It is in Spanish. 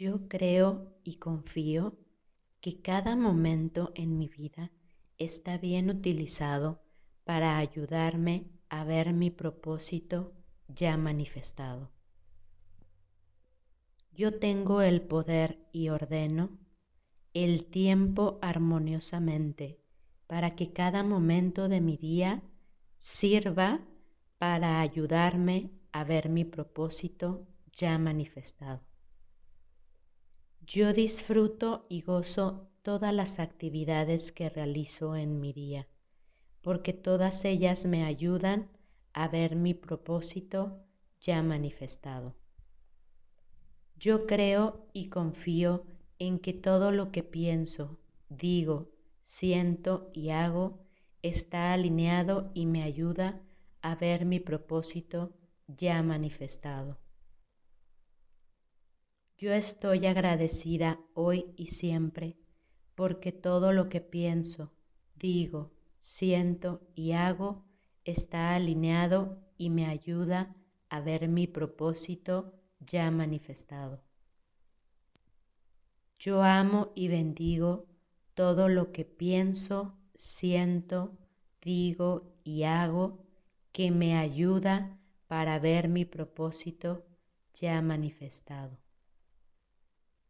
Yo creo y confío que cada momento en mi vida está bien utilizado para ayudarme a ver mi propósito ya manifestado. Yo tengo el poder y ordeno el tiempo armoniosamente para que cada momento de mi día sirva para ayudarme a ver mi propósito ya manifestado. Yo disfruto y gozo todas las actividades que realizo en mi día, porque todas ellas me ayudan a ver mi propósito ya manifestado. Yo creo y confío en que todo lo que pienso, digo, siento y hago está alineado y me ayuda a ver mi propósito ya manifestado. Yo estoy agradecida hoy y siempre porque todo lo que pienso, digo, siento y hago está alineado y me ayuda a ver mi propósito ya manifestado. Yo amo y bendigo todo lo que pienso, siento, digo y hago que me ayuda para ver mi propósito ya manifestado.